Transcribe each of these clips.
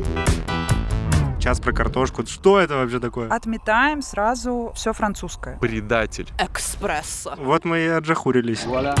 Час про картошку. Что это вообще такое? Отметаем сразу все французское. Предатель. Экспрессо. Вот мы и отжахурились. Вуаля.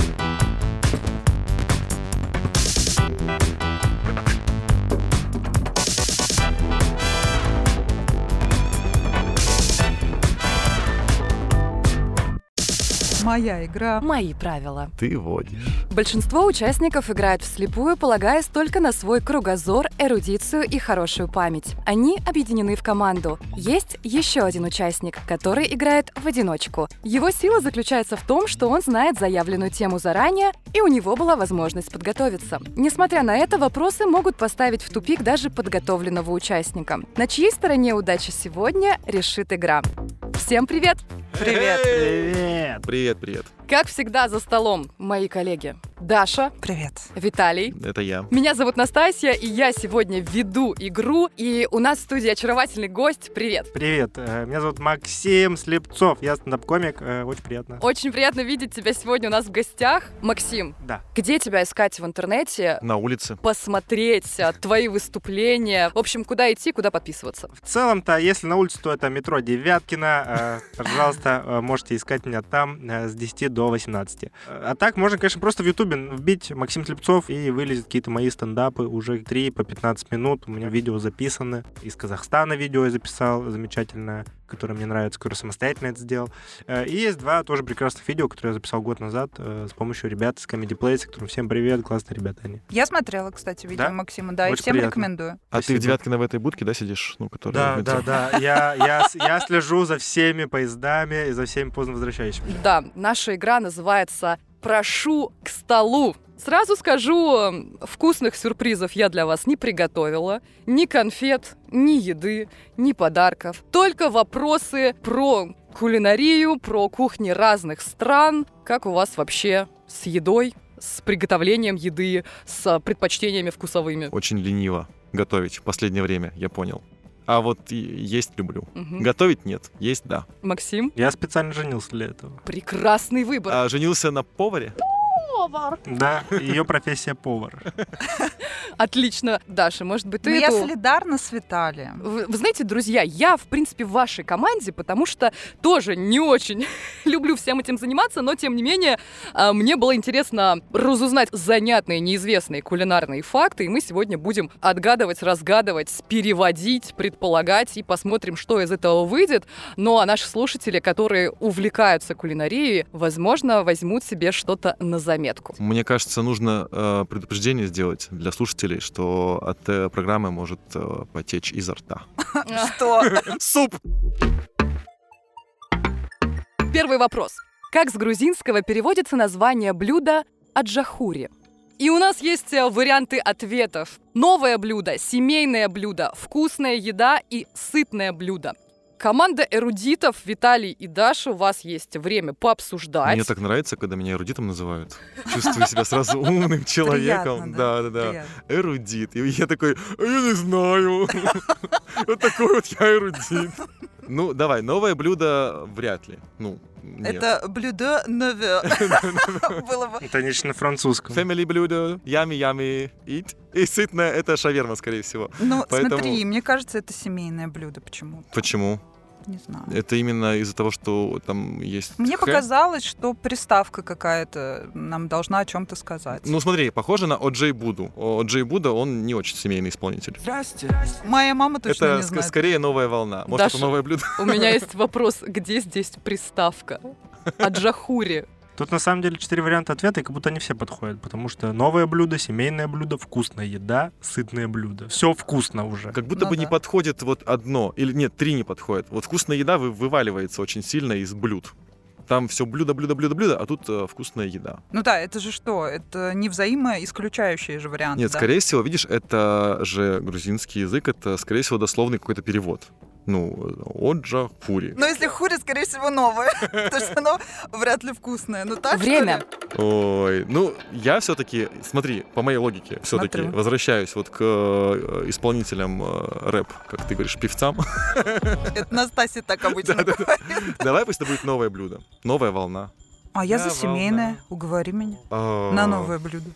Моя игра. Мои правила. Ты водишь. Большинство участников играют вслепую, полагаясь только на свой кругозор, эрудицию и хорошую память. Они объединены в команду. Есть еще один участник, который играет в одиночку. Его сила заключается в том, что он знает заявленную тему заранее, и у него была возможность подготовиться. Несмотря на это, вопросы могут поставить в тупик даже подготовленного участника. На чьей стороне удача сегодня, решит игра. Всем привет! Привет. Привет. Привет. Как всегда за столом мои коллеги Даша, Привет. Виталий. Это я. Меня зовут Настасья, и я сегодня веду игру. И у нас в студии очаровательный гость. Привет. Привет. Меня зовут Максим Слепцов. Я стендап-комик. Очень приятно. Очень приятно видеть тебя сегодня у нас в гостях. Максим, Да. где тебя искать в интернете? На улице. Посмотреть твои выступления. В общем, куда идти, куда подписываться. В целом-то, если на улице, то это метро Девяткино. Пожалуйста, можете искать меня там с 10 до 18. А так, можно, конечно, просто в Ютубе вбить Максим Слепцов, и вылезет какие-то мои стендапы. Уже 3 по 15 минут. У меня видео записаны. Из Казахстана видео я записал замечательное, которое мне нравится, которое самостоятельно это сделал. И есть 2 тоже прекрасных видео, которые я записал год назад с помощью ребят из Comedy Place, которым всем привет, классные ребята они. Я смотрела, кстати, видео Да? Максима, да, и Очень всем приятно. рекомендую. А ты Спасибо. в Девяткино в этой будке, да, сидишь? Ну, которая в метро? Да. Я слежу за всеми поездами и за всеми поздно возвращающимися. Да, наша игра называется «Прошу к столу». Сразу скажу, вкусных сюрпризов я для вас не приготовила. Ни конфет, ни еды, ни подарков. Только вопросы про кулинарию, про кухни разных стран. Как у вас вообще с едой, с приготовлением еды, с предпочтениями вкусовыми? Очень лениво готовить в последнее время, я понял. А вот есть люблю. Мгм. Готовить нет, есть да. Максим? Я специально женился для этого. Прекрасный выбор. А женился на поваре? Да, ее профессия повар. Отлично. Даша, может быть, ты Ну, я эту... солидарна с Виталием. Вы знаете, друзья, я, в принципе, в вашей команде, потому что тоже не очень люблю всем этим заниматься, но, тем не менее, мне было интересно разузнать занятные, неизвестные кулинарные факты, и мы сегодня будем отгадывать, разгадывать, переводить, предполагать, и посмотрим, что из этого выйдет. Ну, а наши слушатели, которые увлекаются кулинарией, возможно, возьмут себе что-то на заметку. Мне кажется, нужно предупреждение сделать для слушателей, что от программы может потечь изо рта. Что? Суп! Первый вопрос. Как с грузинского переводится название блюда аджахури? И у нас есть варианты ответов. Новое блюдо, семейное блюдо, вкусная еда и сытное блюдо. Команда эрудитов, Виталий и Даша, у вас есть время пообсуждать. Мне так нравится, когда меня эрудитом называют. Чувствую себя сразу умным человеком. Приятно, да? Да. Приятно. Эрудит. И я такой, я не знаю. Вот такой вот я эрудит. Ну, давай, новое блюдо вряд ли. Ну, нет. Это блюдо нове. Было бы. Это нечто на французском. Family блюдо, ями-ями, eat. И сытное — это шаверма, скорее всего. Ну, Поэтому- смотри, мне кажется, это семейное блюдо почему-то. Почему? Не знаю. Это именно из-за того, что там есть Мне хэ? показалось, что приставка какая-то нам должна о чем-то сказать. Ну, смотри, похоже на О'Джей Буду. О'Джей Буда, он не очень семейный исполнитель. Моя мама точно Это не знает. скорее новая волна. Может, Даша. это новое блюдо? У меня есть вопрос, где здесь приставка? Аджахури. Тут на самом деле 4 варианта ответа, и как будто они все подходят, потому что новое блюдо, семейное блюдо, вкусная еда, сытное блюдо. Все вкусно уже. Как будто Ну бы да. не подходит вот одно, или нет, 3 не подходит. Вот вкусная еда вываливается очень сильно из блюд. Там все блюдо, а тут вкусная еда. Ну да, это же что? Это не взаимоисключающие же варианты, Нет, да? скорее всего, видишь, это же грузинский язык, это, скорее всего, дословный какой-то перевод. Ну, оджа хури. Но если хури, скорее всего, новое, потому что оно вряд ли вкусное. Ну так, что Время. ли? Ой, ну, я все-таки, смотри, по моей логике, все-таки Смотрю. возвращаюсь вот к исполнителям рэп, как ты говоришь, певцам. Это Настасья так обычно Да-да-да. говорит. Давай пусть это будет новое блюдо, новая волна. А я за Да, семейное. волна. Уговори меня А, на новое блюдо.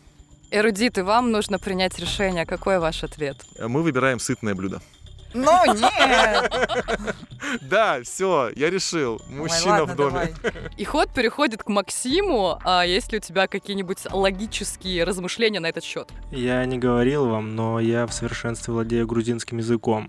Эрудиты, вам нужно принять решение. Какой ваш ответ? Мы выбираем сытное блюдо. Ну, нет. Да, все, я решил. Ой, Мужчина ладно, в доме. давай. И ход переходит к Максиму. А есть ли у тебя какие-нибудь логические размышления на этот счет? Я не говорил вам, но я в совершенстве владею грузинским языком.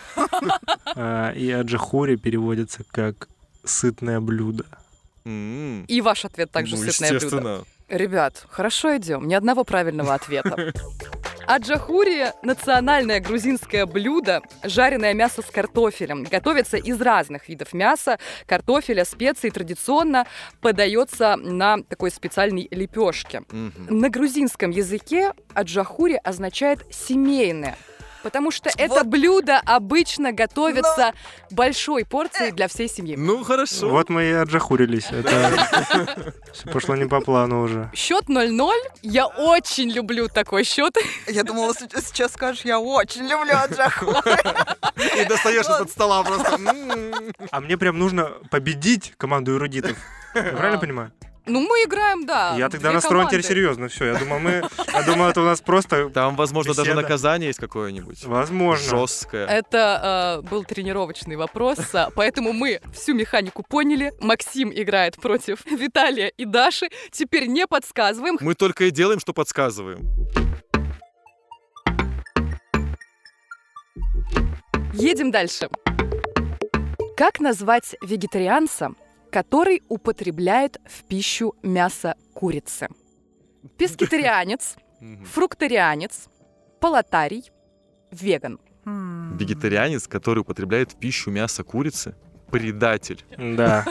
И аджахури переводится как «сытное блюдо». И ваш ответ также Ну, сытное блюдо. естественно. Ребят, хорошо идем. Ни одного правильного ответа. Аджахури – национальное грузинское блюдо, жареное мясо с картофелем. Готовится из разных видов мяса, картофеля, специй. Традиционно подается на такой специальной лепешке. На грузинском языке аджахури означает «семейное». Потому что это блюдо обычно готовится большой порцией для всей семьи. Ну, хорошо. Вот мы и аджахурились. Это все пошло не по плану уже. Счет 0-0. Я очень люблю такой счет. Я думала, сейчас скажешь, я очень люблю аджахури. И достаешь из-под стола просто. А мне прям нужно победить команду эрудитов. Я правильно понимаю? Ну, мы играем, да. Я тогда две настроен команды. теперь серьезно. Все, я думал, это у нас просто... Там, возможно, даже Беседа. наказание есть какое-нибудь. Возможно. Жесткое. Это был тренировочный вопрос, поэтому мы всю механику поняли. Максим играет против Виталия и Даши. Теперь не подсказываем. Мы только и делаем, что подсказываем. Едем дальше. Как назвать вегетарианца, который употребляет в пищу мясо курицы? Пескетарианец, фруктарианец, полотарий, веган. Вегетарианец, который употребляет в пищу мясо курицы, предатель. Да.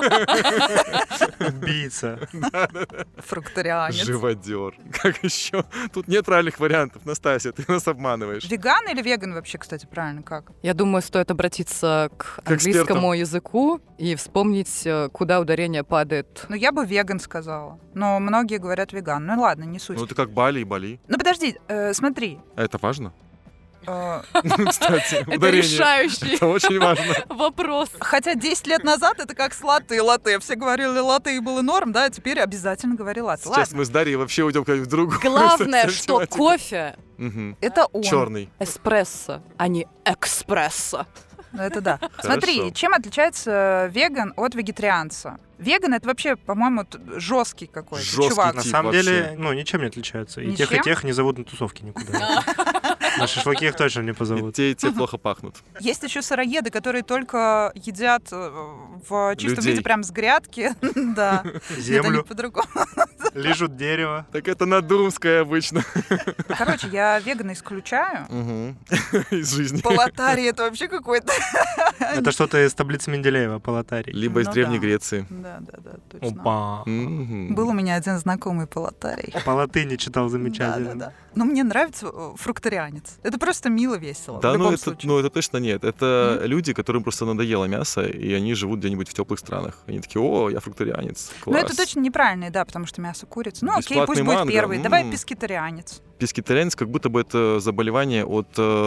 Убийца. Фруктарианец. Живодер. Как еще? Тут нет правильных вариантов, Настасья, ты нас обманываешь. Веган или веган вообще, кстати, правильно как? Я думаю, стоит обратиться к К экспертам. английскому языку и вспомнить, куда ударение падает. Ну, я бы веган сказала. Но многие говорят веган. Ну, ладно, не суть. Ну, это как Бали и Бали. Ну, подожди, смотри. А это важно? э, Кстати, Это ударение. решающий Это очень важно. вопрос. Хотя 10 лет назад это как с латте и латте. Все говорили латте и было норм, да, а теперь обязательно говори латте. Сейчас Ладно, мы с Дарьей вообще уйдем как в другую. Главное, совсем что тематику. кофе это он. Черный. эспрессо, а не экспрессо. Ну, это да. Смотри, чем отличается веган от вегетарианца? Веган — это вообще, по-моему, жесткий какой-то Жесткий чувак. На тип самом вообще. деле, ничем не отличаются. И тех, Ничем? и тех не зовут на тусовки никуда. На шашлыки их точно не И позовут. те плохо пахнут. Есть еще сыроеды, которые только едят в чистом Людей. виде, прям с грядки. Да. Это не Землю, по-другому. лижут дерево. Так это надумское обычно. Короче, я вегана исключаю. Из жизни. Полотарий — это вообще какой-то... Это что-то из таблицы Менделеева, полотарий. Либо из Ну Древней да. Греции. Да, точно. Опа. Мгм. Был у меня один знакомый полотарий. По латыни читал замечательно. Да. Но мне нравится фруктарианец. Это просто мило, весело. Да, в ну любом это, случае. ну это точно нет. Это люди, которым просто надоело мясо, и они живут где-нибудь в теплых странах. Они такие: о, я фруктарианец. Но Класс. это точно неправильно, да, потому что мясо курица. Ну окей, Бесплатный пусть будет манго, первый. Давай м. пескетарианец. Пескетарианец, как будто бы это заболевание от...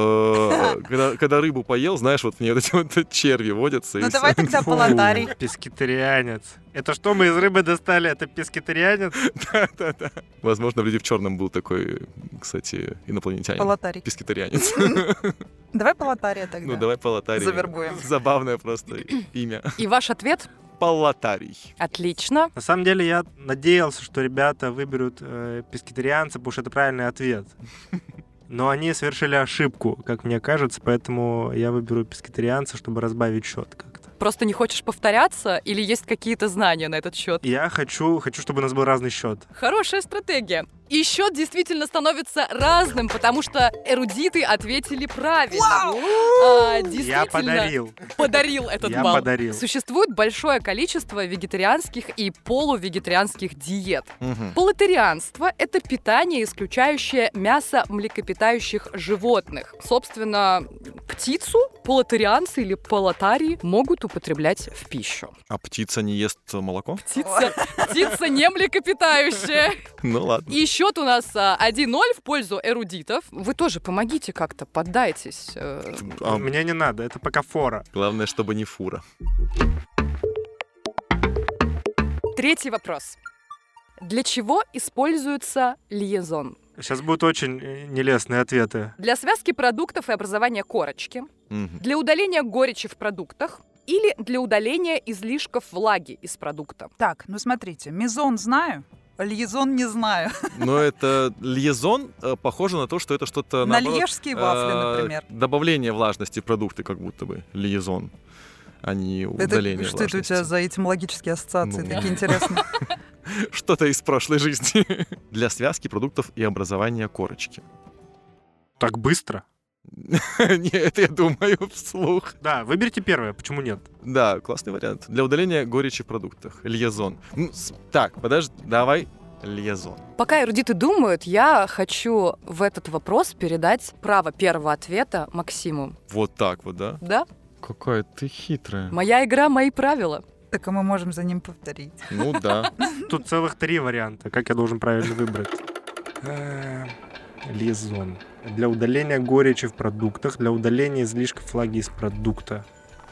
когда рыбу поел, знаешь, вот в нее вот эти вот черви водятся. и Ну всё. давай тогда полотарий. Пескетарианец. Это что мы из рыбы достали? Это пескетарианец? Да-да-да. Возможно, в «Люди в черном» был такой, кстати, инопланетянин. Полотарий. Пескетарианец. Давай полотария тогда. Ну, давай полотарий. Завербуем. Забавное просто имя. И ваш ответ? Полотарий. Отлично. На самом деле я надеялся, что ребята выберут пескетарианца, потому что это правильный ответ. Но они совершили ошибку, как мне кажется, поэтому я выберу пескетарианца, чтобы разбавить счет как-то. Просто не хочешь повторяться или есть какие-то знания на этот счет? Я хочу, чтобы у нас был разный счет. Хорошая стратегия. И счет действительно становится разным, потому что эрудиты ответили правильно. Я Действительно, подарил этот Я балл. подарил. Существует большое количество вегетарианских и полувегетарианских диет. Мгм. Полотарианство — это питание, исключающее мясо млекопитающих животных. Собственно, птицу полотарианцы или полотарии могут употреблять в пищу. А птица не ест молоко? Птица не млекопитающая. Ну ладно. И счет у нас 1-0 в пользу эрудитов. Вы тоже помогите как-то, поддайтесь. А Мне не надо, это пока фора. главное, чтобы не фура. Третий вопрос. Для чего используется лиезон? Сейчас будут очень нелестные ответы. Для связки продуктов и образования корочки, для удаления горечи в продуктах или для удаления излишков влаги из продукта. Так, ну смотрите, мезон знаю, льезон не знаю. Но это льезон похоже на то, что это что-то На наоборот, льежские вафли, например. Добавление влажности в продукты, как будто бы льезон, а не удаление Что влажности. это у тебя за этимологические ассоциации Ну. такие интересные? Что-то из прошлой жизни. Для связки продуктов и образования корочки. Так быстро? Нет, я думаю вслух. Да, выберите первое, почему нет? Да, классный вариант. Для удаления горечи в продуктах. Льезон. Так, подожди, давай льезон. Пока эрудиты думают, я хочу в этот вопрос передать право первого ответа Максиму. Вот так вот, да? Да? Какая ты хитрая. Моя игра, мои правила. Так, а мы можем за ним повторить. Ну да. Тут целых 3 варианта. Как я должен правильно выбрать? Лизон. Для удаления горечи в продуктах, для удаления излишков влаги из продукта.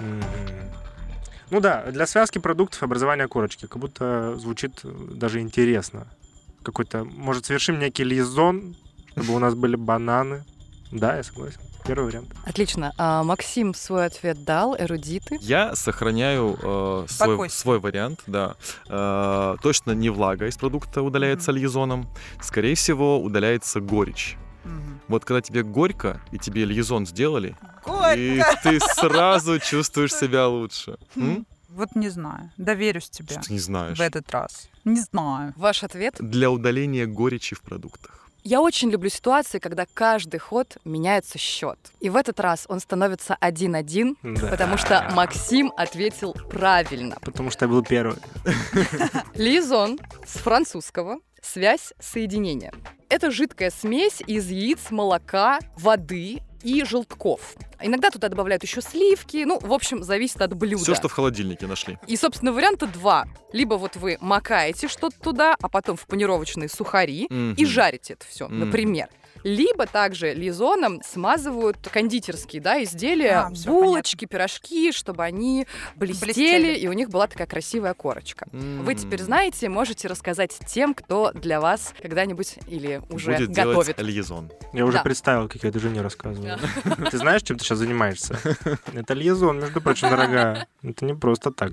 Ну да, для связки продуктов и образования корочки. Как будто звучит даже интересно. Какой-то, может, совершим некий лизон, чтобы у нас были бананы. Да, я согласен. Первый вариант. Отлично. Максим свой ответ дал, эрудиты. Я сохраняю свой вариант, да. Точно не влага из продукта удаляется льезоном. Скорее всего, удаляется горечь. Вот когда тебе горько, и тебе льезон сделали, и ты сразу чувствуешь себя лучше. Вот не знаю. Доверюсь тебе. Что ты не знаешь? В этот раз. Не знаю. Ваш ответ? Для удаления горечи в продуктах. Я очень люблю ситуации, когда каждый ход меняется счет. И в этот раз он становится 1-1, Да. потому что Максим ответил правильно. Потому что я был первый. Лизон с французского «связь соединения». Это жидкая смесь из яиц, молока, воды и желтков. Иногда туда добавляют еще сливки. Ну, в общем, зависит от блюда. Все, что в холодильнике нашли. И, собственно, варианта 2. Либо вот вы макаете что-то туда, а потом в панировочные сухари и жарите это все, например. Либо также лизоном смазывают кондитерские, да, изделия, всё булочки, пирожки, чтобы они блестели, и у них была такая красивая корочка. Вы теперь знаете, можете рассказать тем, кто для вас когда-нибудь или уже Будет готовит. делать льезон. Я уже Да. представил, как я это жене рассказываю. Ты знаешь, чем ты сейчас занимаешься? Это льезон, между прочим, дорогая. Это не просто так.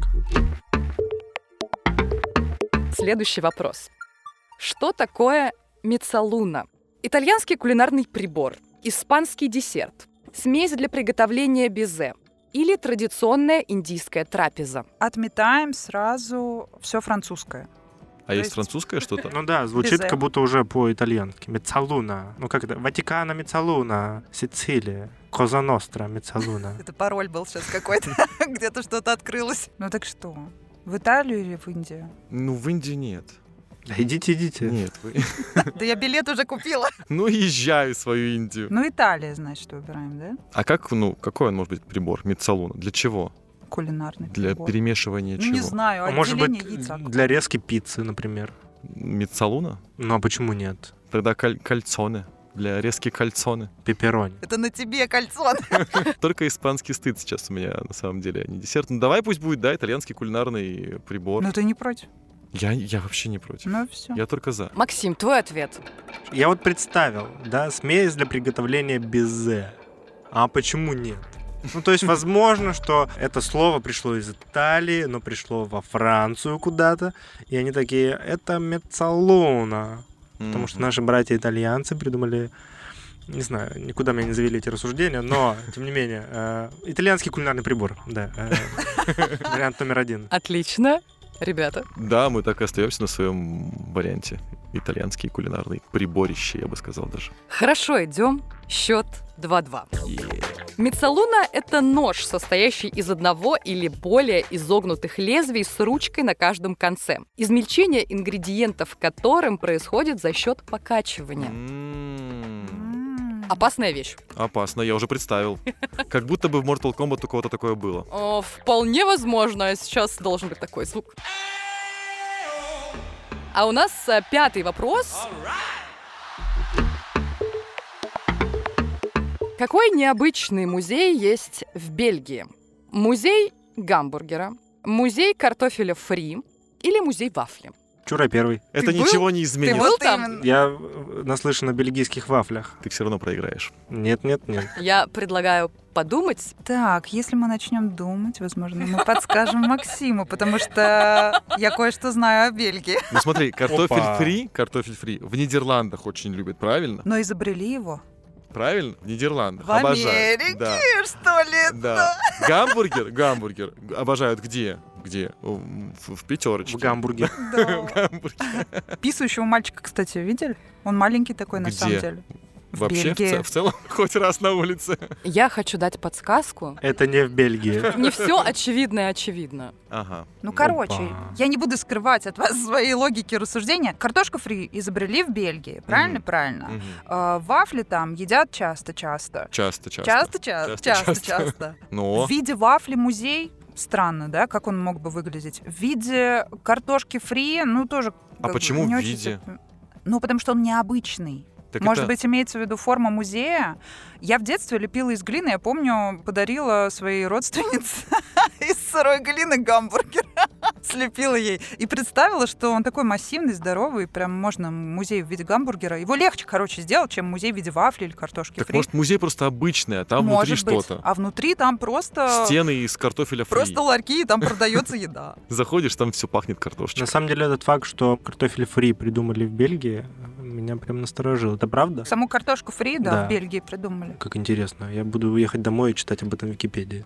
Следующий вопрос. Что такое мецалуна? Итальянский кулинарный прибор, испанский десерт, смесь для приготовления безе или традиционная индийская трапеза? Отметаем сразу все французское. А есть французское что-то? Ну да, звучит Безе. как будто уже по-итальянски. Мецалуна. Ну как это? Ватикана Мецалуна. Сицилия. Коза Ностра Мецалуна. Это пароль был сейчас какой-то. Где-то что-то открылось. Ну так что? В Италию или в Индию? Ну, в Индии нет. Да идите. Нет, вы... Да я билет уже купила. Ну, езжай в свою Индию. Ну, Италия, значит, выбираем, да? А как, какой он может быть прибор? Мецалуна. Для чего? Кулинарный Для прибор. перемешивания Ну, чего? не знаю, А может быть, отделение яйца. для резки пиццы, например. Мецалуна? Ну а почему нет? Тогда кальцоны. Для резки кальцоны. Пепперони. Это на тебе кольцо. Только испанский стыд сейчас у меня, на самом деле, а не десерт. Ну, давай пусть будет, да, итальянский кулинарный прибор. Ну, ты не против? Я вообще не против. Ну, все. Я только за. Максим, твой ответ. Я вот представил, да, смесь для приготовления безе. А почему нет? Ну, то есть, возможно, что это слово пришло из Италии, но пришло во Францию куда-то, и они такие, это мецалуна. Потому что наши братья-итальянцы придумали, не знаю, никуда меня не завели эти рассуждения, но, тем не менее, итальянский кулинарный прибор, да, вариант номер 1. Отлично. Ребята. Да, мы так и остаемся на своем варианте. Итальянский кулинарный приборище, я бы сказал даже. Хорошо, идем. Счет 2-2. Мецалуна — это нож, состоящий из одного или более изогнутых лезвий с ручкой на каждом конце. Измельчение ингредиентов которым происходит за счет покачивания. Опасная вещь. Опасно, я уже представил. Как будто бы в Mortal Kombat у кого-то такое было. Вполне возможно. Сейчас должен быть такой звук. А у нас 5-й вопрос. Какой необычный музей есть в Бельгии? Музей гамбургера, музей картофеля фри или музей вафли? Чура первый. Это ничего не изменит. Ты был там? Я наслышан о бельгийских вафлях. Ты все равно проиграешь. Нет. Я предлагаю подумать. Так, если мы начнем думать, возможно, мы подскажем Максиму, потому что я кое-что знаю о Бельгии. Ну смотри, картофель фри в Нидерландах очень любят, правильно? Но изобрели его. Правильно? В Нидерландах. В Обожают. Америке, Да. что ли? Да. Гамбургер обожают где? Где? В пятерочке. В Гамбурге. Да. В Гамбурге. Писающего мальчика, кстати, видели? Он маленький такой, на Где? самом деле. В Вообще, Бельгии. в целом, хоть раз на улице. Я хочу дать подсказку. Это не в Бельгии. Не все очевидно. Ага. Ну, короче, Опа. я не буду скрывать от вас свои логики рассуждения. Картошку фри изобрели в Бельгии, правильно? Мгм. Правильно. Мгм. Вафли там едят часто-часто. Часто. Часто. Но В виде вафли музей. Странно, да, как он мог бы выглядеть? В виде картошки фри, ну, тоже... А как бы почему не в очень виде? Ну, потому что он необычный. так Может это- быть, имеется в виду форма музея. Я в детстве лепила из глины. Я помню, подарила своей родственнице из сырой глины гамбургер. Слепила ей. И представила, что он такой массивный, здоровый. Прям можно музей в виде гамбургера. Его легче, короче, сделать, чем музей в виде вафли или картошки Так фри. может музей просто обычный, а там Может внутри быть. что-то. А внутри там просто... Стены из картофеля фри. Просто ларьки, и там продается еда. Заходишь, там все пахнет картошечкой. На самом деле этот факт, что картофель фри придумали в Бельгии, меня прям насторожил. Это правда? Саму картошку фри, да, Да. в Бельгии придумали. Как интересно. Я буду уехать домой и читать об этом в Википедии.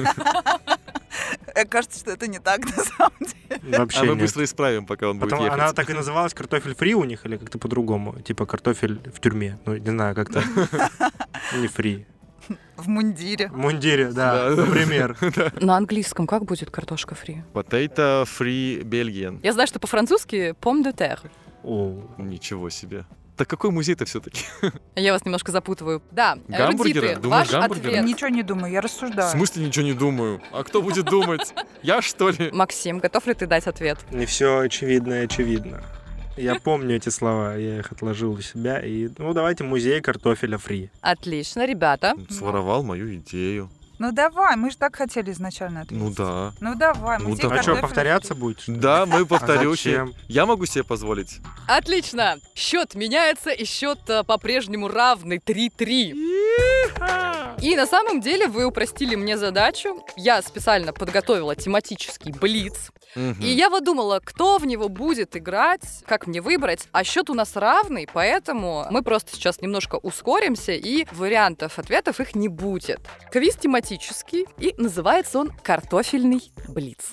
Кажется, что это не так, на самом деле. Вообще А мы нет. быстро исправим, пока он будет Потом ехать. она так и называлась картофель фри у них или как-то по-другому? Типа картофель в тюрьме. Ну, не знаю, как-то не фри. В мундире. В мундире, да, Да. например. На английском как будет картошка фри? Potato free Belgian. Я знаю, что по-французски pomme de terre. О, Ничего себе. Так какой музей-то все-таки? Я вас немножко запутываю. Да, Гамбургеры? эрудиты, Думаешь, ваш гамбургеры? ответ. Ничего не думаю, я В рассуждаю. смысле ничего не думаю? А кто будет думать? Я, что ли? Максим, готов ли ты дать ответ? не все очевидно и очевидно. Я помню эти слова, я их отложил у себя. И, ну, давайте музей картофеля фри. Отлично, ребята. Своровал мою идею. Ну давай, мы же так хотели изначально ответить. Ну да. Ну давай, Ну музей давай. А что, картофеля повторяться фри. будет? что ли? Да, мы А повторюсь. зачем? Я могу себе позволить. Отлично. Счет меняется, и счет по-прежнему равный 3-3. И на самом деле вы упростили мне задачу. Я специально подготовила тематический блиц. Мгм. И я вот думала, кто в него будет играть, как мне выбрать. А счет у нас равный, поэтому мы просто сейчас немножко ускоримся, и вариантов ответов их не будет. Квиз тематический, и называется он «Картофельный блиц».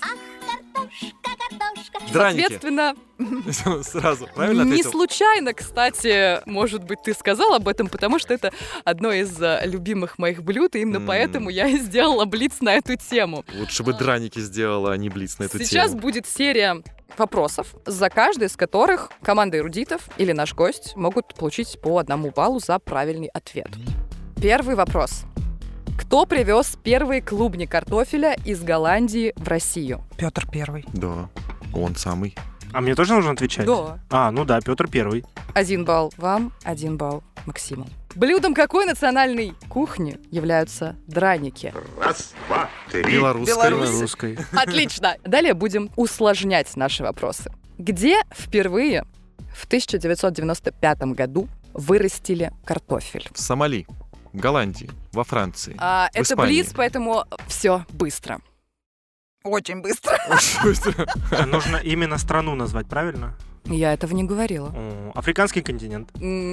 Драники. Соответственно, Сразу, правильно не ответил? случайно, кстати, может быть, ты сказал об этом, потому что это одно из любимых моих блюд, и именно поэтому я и сделала блиц на эту тему. Лучше бы драники сделала, а не блиц на эту Сейчас тему. будет серия вопросов, за каждый из которых команда эрудитов или наш гость могут получить по 1 баллу за правильный ответ. Первый вопрос. Кто привез первые клубни картофеля из Голландии в Россию? Петр Первый. Да, он самый. А мне тоже нужно отвечать? Да. А, ну да, Петр Первый. 1 балл вам, 1 балл Максиму. Блюдом какой национальной кухни являются драники? Белорусская. Беларусь. Русской. Отлично. Далее будем усложнять наши вопросы. Где впервые в 1995 году вырастили картофель? В Сомали, в Голландии, во Франции. Это Испании. блиц, поэтому все быстро. Очень быстро. Очень быстро. Нужно именно страну назвать, правильно? Я этого не говорила. О, африканский континент.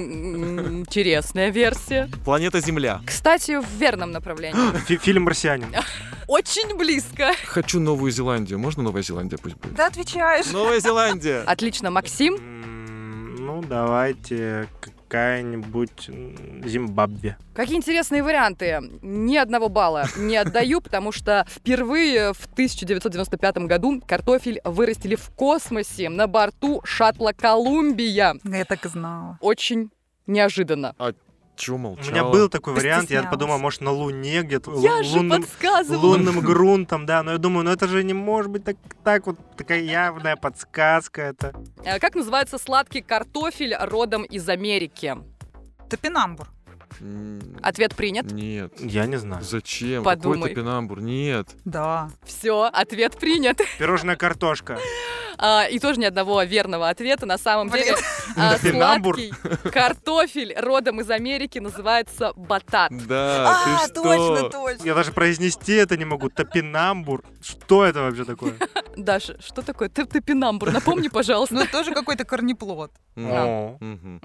Интересная версия. Планета Земля. Кстати, в верном направлении. Фильм «Марсианин». Очень близко. Хочу Новую Зеландию. Можно Новая Зеландия пусть будет? Да отвечаешь. Новая Зеландия. Отлично, Максим. Ну, давайте какая-нибудь Зимбабве. Какие интересные варианты. Ни 1 балла не отдаю, потому что впервые в 1995 году картофель вырастили в космосе на борту шаттла «Колумбия». Я так и знала. Очень неожиданно. Чего У молчала? меня был такой вариант, я Постеснялась. подумал, может, на Луне где-то, Я же подсказывала. лунным грунтом, да, но я думаю, ну это же не может быть так вот, такая явная подсказка это. Как называется сладкий картофель родом из Америки? Топинамбур. Ответ принят. Нет. Я не знаю. Зачем? Подумай. Какой топинамбур? Нет. Да. Все, ответ принят. Пирожная картошка. И тоже ни одного верного ответа. На самом деле Топинамбур. сладкий картофель родом из Америки называется батат. Да, ты что? точно. Я даже произнести это не могу. Топинамбур. Что это вообще такое? Даша, что такое топинамбур? Напомни, пожалуйста. Ну, это тоже какой-то корнеплод. О.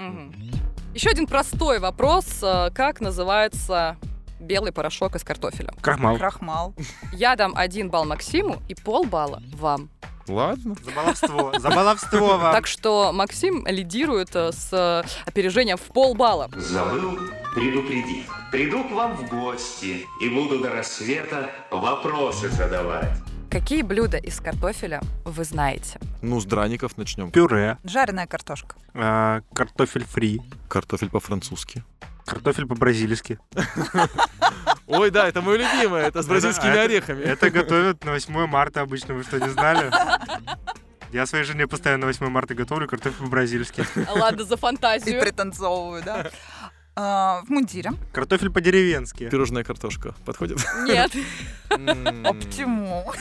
Еще один простой вопрос. Как называется белый порошок из картофеля? Крахмал. Я дам 1 балл Максиму и полбалла вам. Ладно. За баловство вам. Так что Максим лидирует с опережением в полбалла. Забыл предупредить. Приду к вам в гости и буду до рассвета вопросы задавать. Какие блюда из картофеля вы знаете? Ну, с драников начнем. Пюре. Жареная картошка. Картофель фри. Картофель по-французски. Картофель по-бразильски. Ой, да, это мое любимое. Это с бразильскими орехами. Это готовят на 8 марта обычно. Вы что, не знали? Я своей жене постоянно на 8 марта готовлю картофель по-бразильски. Ладно, за И фантазию. пританцовываю, да. В мундире. Картофель по-деревенски. Пирожная картошка. Подходит? Нет. А почему?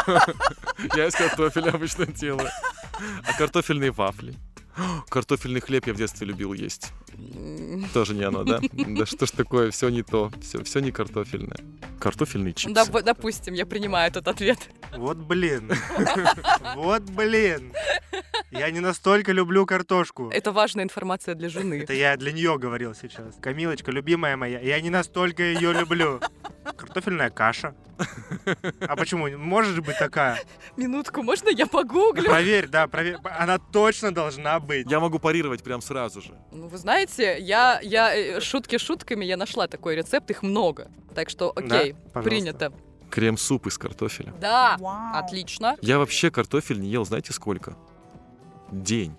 Я из картофеля обычно делаю. А картофельные вафли? Картофельный хлеб я в детстве любил есть. Тоже не оно, да? Да что ж такое, все не то, все не картофельное. Картофельные чипсы. Допустим, я принимаю этот ответ. Вот блин. Вот блин. Я не настолько люблю картошку. Это важная информация для жены. Это я для нее говорил сейчас. Камилочка, любимая моя, я не настолько ее люблю. Картофельная каша. А почему? Может же быть такая? Минутку, можно я погуглю? Проверь, да, проверь. Она точно должна быть. Я могу парировать прям сразу же. Ну, вы знаете, я шутки шутками, я нашла такой рецепт, их много. Так что, окей, Да? принято. Крем-суп из картофеля. Да, Вау. отлично. Я вообще картофель не ел, знаете сколько? День.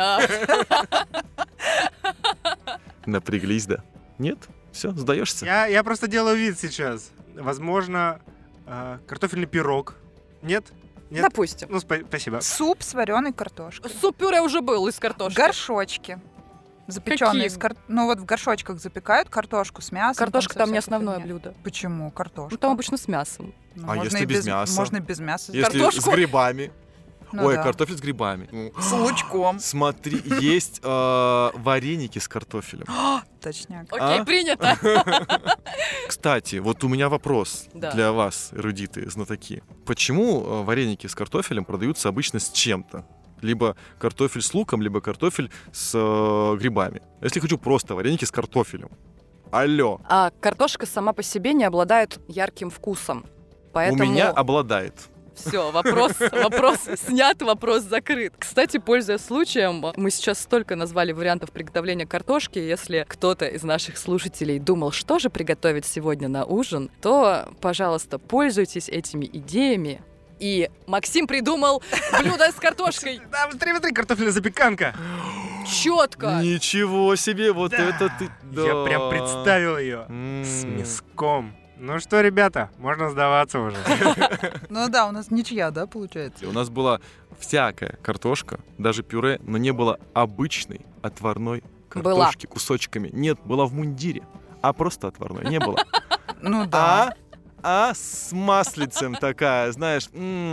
Напряглись, да? Нет? Все, сдаешься? Я просто делаю вид сейчас. Возможно, картофельный пирог. Нет? Нет? Допустим. Ну, спасибо. Суп с вареной картошкой. Суп-пюре уже был из картошки. Горшочки. Запеченные Какие? Ну вот в горшочках запекают картошку с мясом. Картошка со там не всякой основное фигней. блюдо. Почему картошка? Ну, там обычно с мясом. Ну, А можно если и без мяса? Можно и без мяса. Если Картошку? с грибами. Ну Ой, да. картофель с грибами. Ну, С лучком. смотри, есть вареники с картофелем. Точняк. Окей, А? принято. Кстати, вот у меня вопрос Да. для вас, эрудиты, знатоки. Почему вареники с картофелем продаются обычно с чем-то? Либо картофель с луком, либо картофель с грибами. Если хочу просто вареники с картофелем. Алло. А картошка сама по себе не обладает ярким вкусом. Поэтому... У меня обладает. Все, вопрос снят, вопрос закрыт. Кстати, пользуясь случаем, мы сейчас столько назвали вариантов приготовления картошки. Если кто-то из наших слушателей думал, что же приготовить сегодня на ужин, то, пожалуйста, пользуйтесь этими идеями. И Максим придумал блюдо с картошкой. Да, быстрее, картофельная запеканка. Четко. Ничего себе, вот это ты... Я прям представил ее с мяском. Ну что, ребята, можно сдаваться уже. Ну да, у нас ничья, да, получается? У нас была всякая картошка, даже пюре, но не было обычной отварной картошки кусочками. Нет, была в мундире, а просто отварной не было. Ну да. С маслицем такая, знаешь,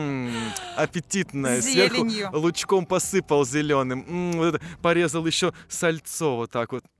аппетитная. Зеленью. Сверху лучком посыпал зеленым. Вот это, порезал еще сальцо вот так вот.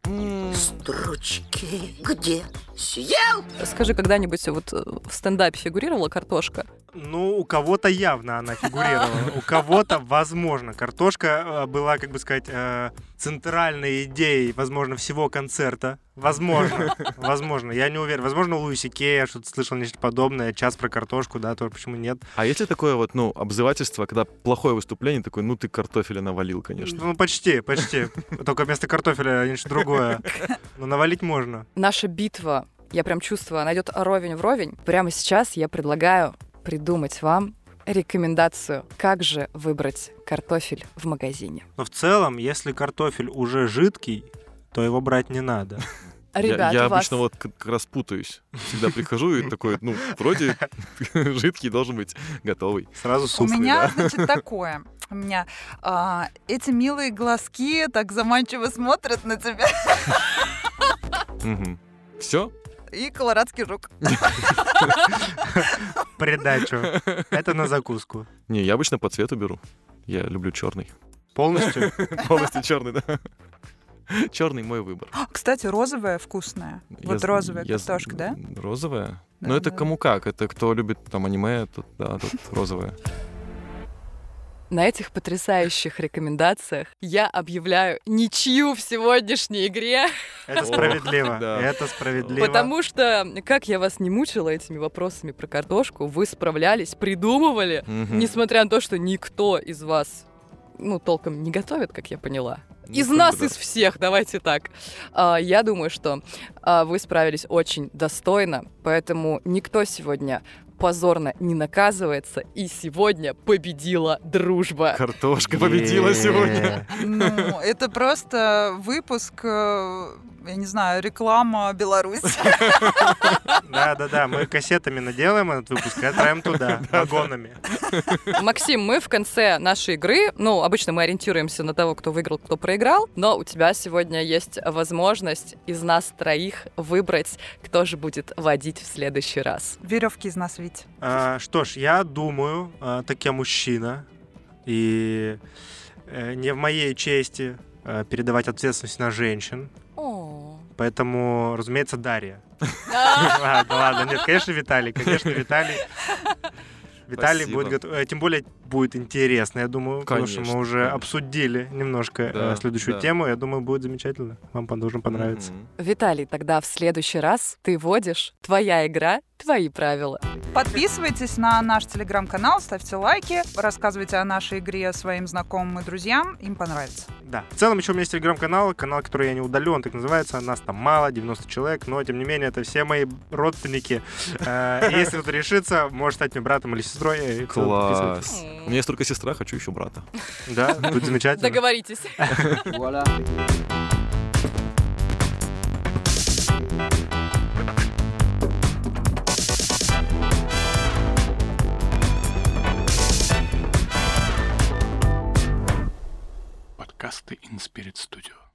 Стручки где съел? Скажи, когда-нибудь вот в стендапе фигурировала картошка? Ну, у кого-то явно она фигурировала, у кого-то, возможно. Картошка была, как бы сказать, центральной идеей, возможно, всего концерта. Возможно, я не уверен. Возможно, у Луиси Кей я что-то слышал, нечто подобное. Час про картошку, да, тоже почему нет. А есть ли такое вот, обзывательство, когда плохое выступление, такой, ты картофеля навалил, конечно. Ну, почти. Только вместо картофеля нечто другое. Но навалить можно. Наша битва, я прям чувствую, она идет ровень в ровень. Прямо сейчас я предлагаю придумать вам рекомендацию, как же выбрать картофель в магазине. Но в целом, если картофель уже жидкий, то его брать не надо. Ребята, я у вас... обычно вот как раз путаюсь. Всегда прихожу и такой, вроде жидкий должен быть готовый. Сразу У суп. меня, значит, такое. У меня эти милые глазки так заманчиво смотрят на тебя. Все? И колорадский жук. Придачу. Это на закуску. Не, я обычно по цвету беру. Я люблю черный. Полностью? Полностью черный, да. Черный мой выбор. Кстати, розовая вкусная. Вот розовая картошка, да? Розовая? Да, ну, это да. кому как. Это кто любит там аниме, тут розовая. На этих потрясающих рекомендациях я объявляю ничью в сегодняшней игре. Это справедливо. Да. Это справедливо. Потому что, как я вас не мучила этими вопросами про картошку, вы справлялись, придумывали, несмотря на то, что никто из вас, толком не готовит, как я поняла. Из нас, из всех, давайте так. Я думаю, что вы справились очень достойно, поэтому никто сегодня позорно не наказывается, и сегодня победила дружба. Картошка победила сегодня. Ну, это просто выпуск, я не знаю, реклама Беларуси. Да, мы кассетами наделаем этот выпуск и отправим туда, вагонами. Максим, мы в конце нашей игры, обычно мы ориентируемся на того, кто выиграл, кто проиграл, но у тебя сегодня есть возможность из нас троих выбрать, кто же будет водить в следующий раз. Веревки из нас видите. Что ж, я думаю, так я мужчина, и не в моей чести передавать ответственность на женщин. Поэтому, разумеется, Дарья. Ладно, нет, конечно, Виталий. Виталий будет готов. Тем более будет интересно, я думаю, потому что мы уже обсудили немножко следующую тему. Я думаю, будет замечательно. Вам должен понравиться. Виталий, тогда в следующий раз ты водишь. Твоя игра, твои правила. Подписывайтесь на наш телеграм-канал, ставьте лайки, рассказывайте о нашей игре своим знакомым и друзьям, им понравится. Да. В целом еще у меня есть телеграм-канал, который я не удалю, он так называется. Нас там мало, 90 человек, но тем не менее это все мои родственники. Если кто-то решится, может стать мне братом или сестрой. Класс. У меня есть только сестра, хочу еще брата. Да, будет замечательно. Договоритесь. Подкасты InSpirit Studio.